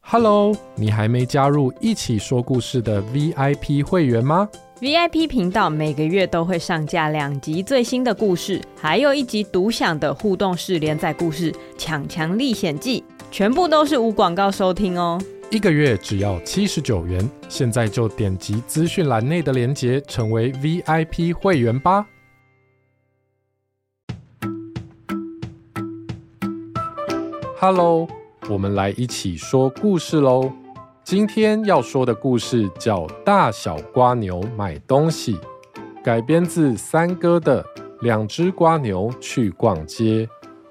Hello， 你还没加入一起说故事的 VIP 会员吗？ VIP 频道每个月都会上架2集最新的故事，还有1集独享的互动式连载故事《强强历险记》，全部都是无广告收听哦。 1个月只要79元，现在就点击资讯栏内的连结，成为 VIP 会员吧。Hello， 我们来一起说故事咯。今天要说的故事叫《大小瓜牛买东西》，改编自三哥的《2只瓜牛去逛街》。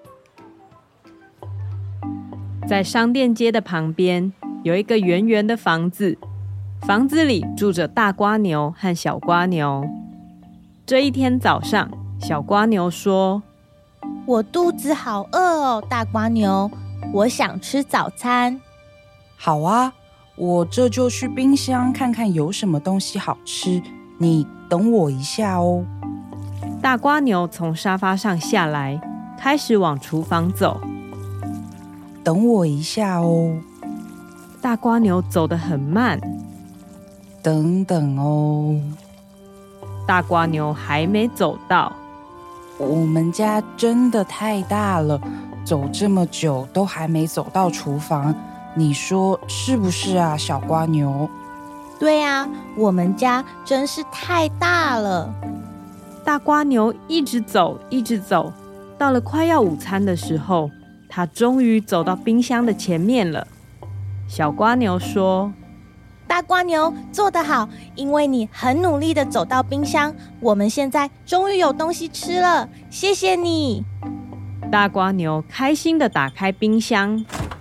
在商店街的旁边有一个圆圆的房子，房子里住着大瓜牛和小瓜牛。这一天早上，小瓜牛说： 我肚子好饿哦，大瓜牛，我想吃早餐。 好啊，我这就去冰箱看看有什么东西好吃，你等我一下哦。 大瓜牛从沙发上下来，开始往厨房走。 等我一下哦。 大瓜牛走得很慢。 等等哦。 大瓜牛还没走到。 我们家真的太大了，走这么久都还没走到厨房，你说是不是啊，小瓜牛？ 对啊，我们家真是太大了。 大瓜牛一直走，一直走，到了快要午餐的时候，他终于走到冰箱的前面了。小瓜牛说： 大瓜牛做得好，因为你很努力地走到冰箱，我们现在终于有东西吃了，谢谢你。 大瓜牛开心地打开冰箱。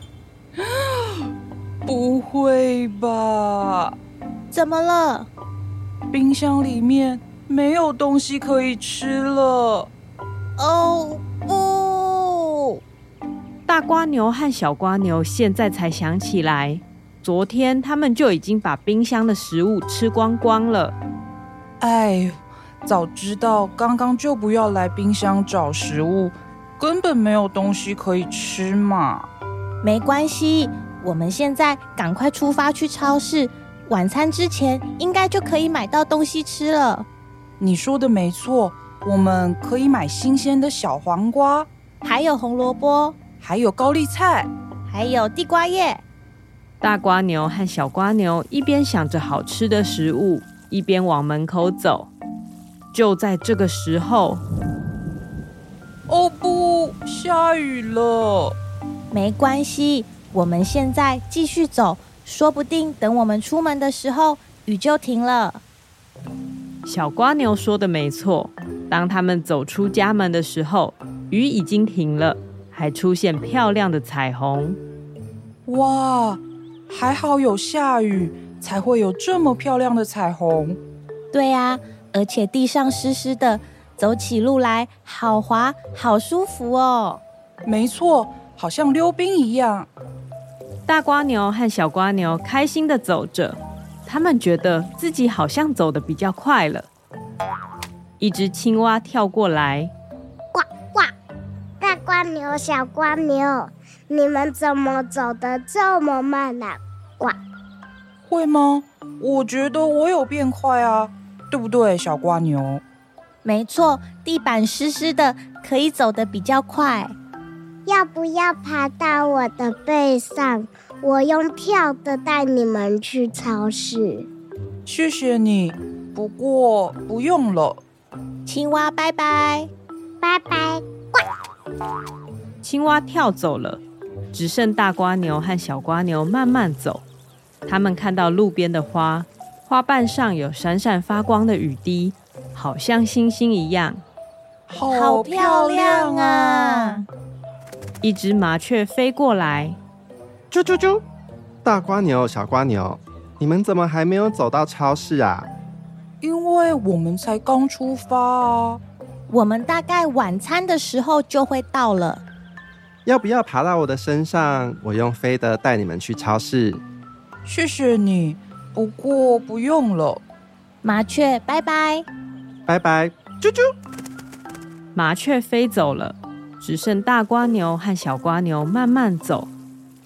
不会吧？ 怎么了？ 冰箱里面没有东西可以吃了。 哦不！ 大瓜牛和小瓜牛现在才想起来，昨天他们就已经把冰箱的食物吃光光了。 哎呦，早知道刚刚就不要来冰箱找食物，根本没有东西可以吃嘛。 没关系，我们现在赶快出发去超市，晚餐之前应该就可以买到东西吃了。 你说的没错，我们可以买新鲜的小黄瓜， 还有红萝卜， 还有高丽菜， 还有地瓜叶。 大瓜牛和小瓜牛一边想着好吃的食物，一边往门口走。就在这个时候， 哦不，下雨了。 没关系，我们现在继续走，说不定等我们出门的时候，雨就停了。 小瓜牛说的没错，当他们走出家门的时候，雨已经停了，还出现漂亮的彩虹。 哇，还好有下雨，才会有这么漂亮的彩虹。 对啊，而且地上湿湿的，走起路来好滑，好舒服哦。 没错，好像溜冰一样。 大瓜牛和小瓜牛开心地走着，他们觉得自己好像走得比较快了。一只青蛙跳过来， 呱呱！大瓜牛、小瓜牛，你们怎么走得这么慢啊？呱！ 会吗？我觉得我有变快啊，对不对，小瓜牛？ 没错，地板湿湿的，可以走得比较快。 要不要爬到我的背上？我用跳的带你们去超市。 谢谢你，不过不用了。 青蛙拜拜。 拜拜。 青蛙跳走了，只剩大瓜牛和小瓜牛慢慢走。他们看到路边的花，花瓣上有闪闪发光的雨滴，好像星星一样。 好漂亮啊！ 一只麻雀飞过来， 啾啾啾！大瓜牛、小瓜牛，你们怎么还没有走到超市啊？ 因为我们才刚出发啊。 我们大概晚餐的时候就会到了。 要不要爬到我的身上？我用飞的带你们去超市。 谢谢你，不过不用了。 麻雀拜拜。 拜拜，啾啾！ 麻雀飞走了，只剩大瓜牛和小瓜牛慢慢走。他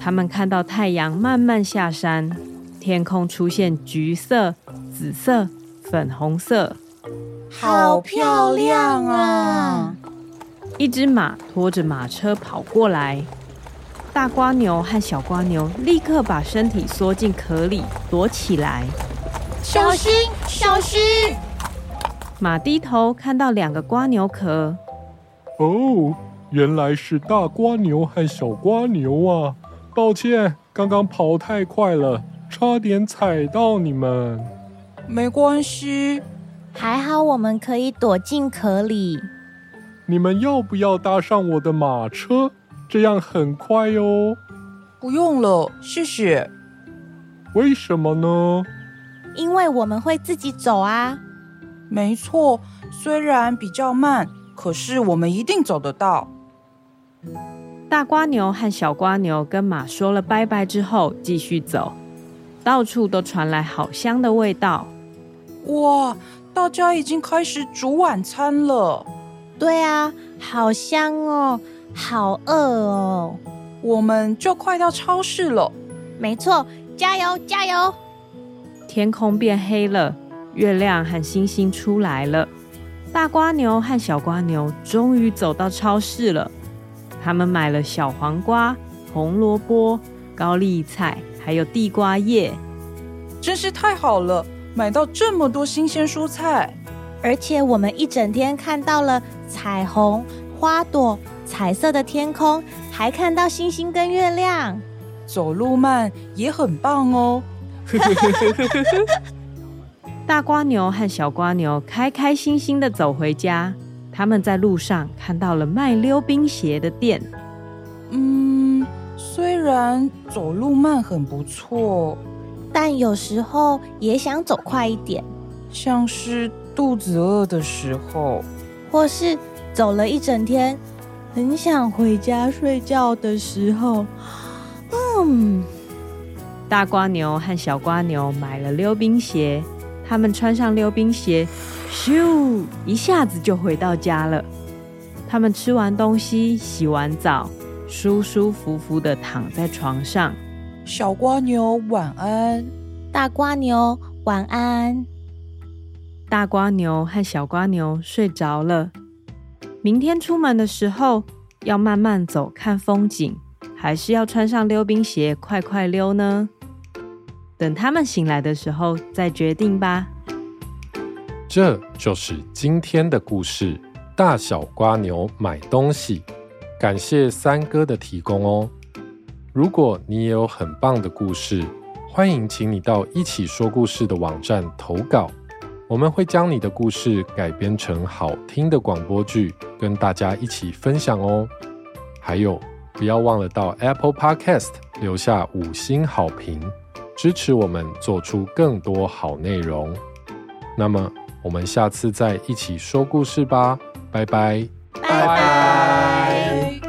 他们看到太阳慢慢下山，天空出现橘色、紫色、粉红色， 好漂亮啊！ 一只马拖着马车跑过来，大蝸牛和小蝸牛立刻把身体缩进壳里躲起来。 小心，小心！ 马低头看到2个蝸牛壳， 哦，原来是大蝸牛和小蝸牛啊！抱歉，刚刚跑太快了，差点踩到你们。 没关系， 还好我们可以躲进壳里。 你们要不要搭上我的马车？这样很快哦。 不用了，谢谢。 为什么呢？ 因为我们会自己走啊。 没错，虽然比较慢，可是我们一定走得到。 大蝸牛和小蝸牛跟马说了拜拜之后，继续走，到处都传来好香的味道。 哇，大家已经开始煮晚餐了。 对啊，好香哦，好饿哦。 我们就快到超市了。 没错，加油加油！ 天空变黑了，月亮和星星出来了。大蝸牛和小蝸牛终于走到超市了。他们买了小黄瓜、红萝卜、高丽菜，还有地瓜叶。 真是太好了，买到这么多新鲜蔬菜。 而且我们一整天看到了彩虹、花朵、彩色的天空，还看到星星跟月亮。 走路慢也很棒哦。 大蝸牛和小蝸牛开开心心地走回家。他们在路上看到了卖溜冰鞋的店。 虽然走路慢很不错， 但有时候也想走快一点， 像是肚子饿的时候， 或是走了一整天，很想回家睡觉的时候。 大蝸牛和小蝸牛买了溜冰鞋，他们穿上溜冰鞋，咻，一下子就回到家了。他们吃完东西，洗完澡，舒舒服服地躺在床上。 小蝸牛晚安， 大蝸牛晚安。 大蝸牛和小蝸牛睡着了。明天出门的时候，要慢慢走看风景，还是要穿上溜冰鞋快快溜呢？等他们醒来的时候再决定吧。 这就是今天的故事，大小蝸牛买东西。感谢三哥的提供哦。如果你也有很棒的故事，欢迎请你到一起说故事的网站投稿，我们会将你的故事改编成好听的广播剧，跟大家一起分享哦。还有，不要忘了到 Apple Podcast 留下5星好评，支持我们做出更多好内容。那么，我们下次再一起说故事吧，拜拜， 拜拜。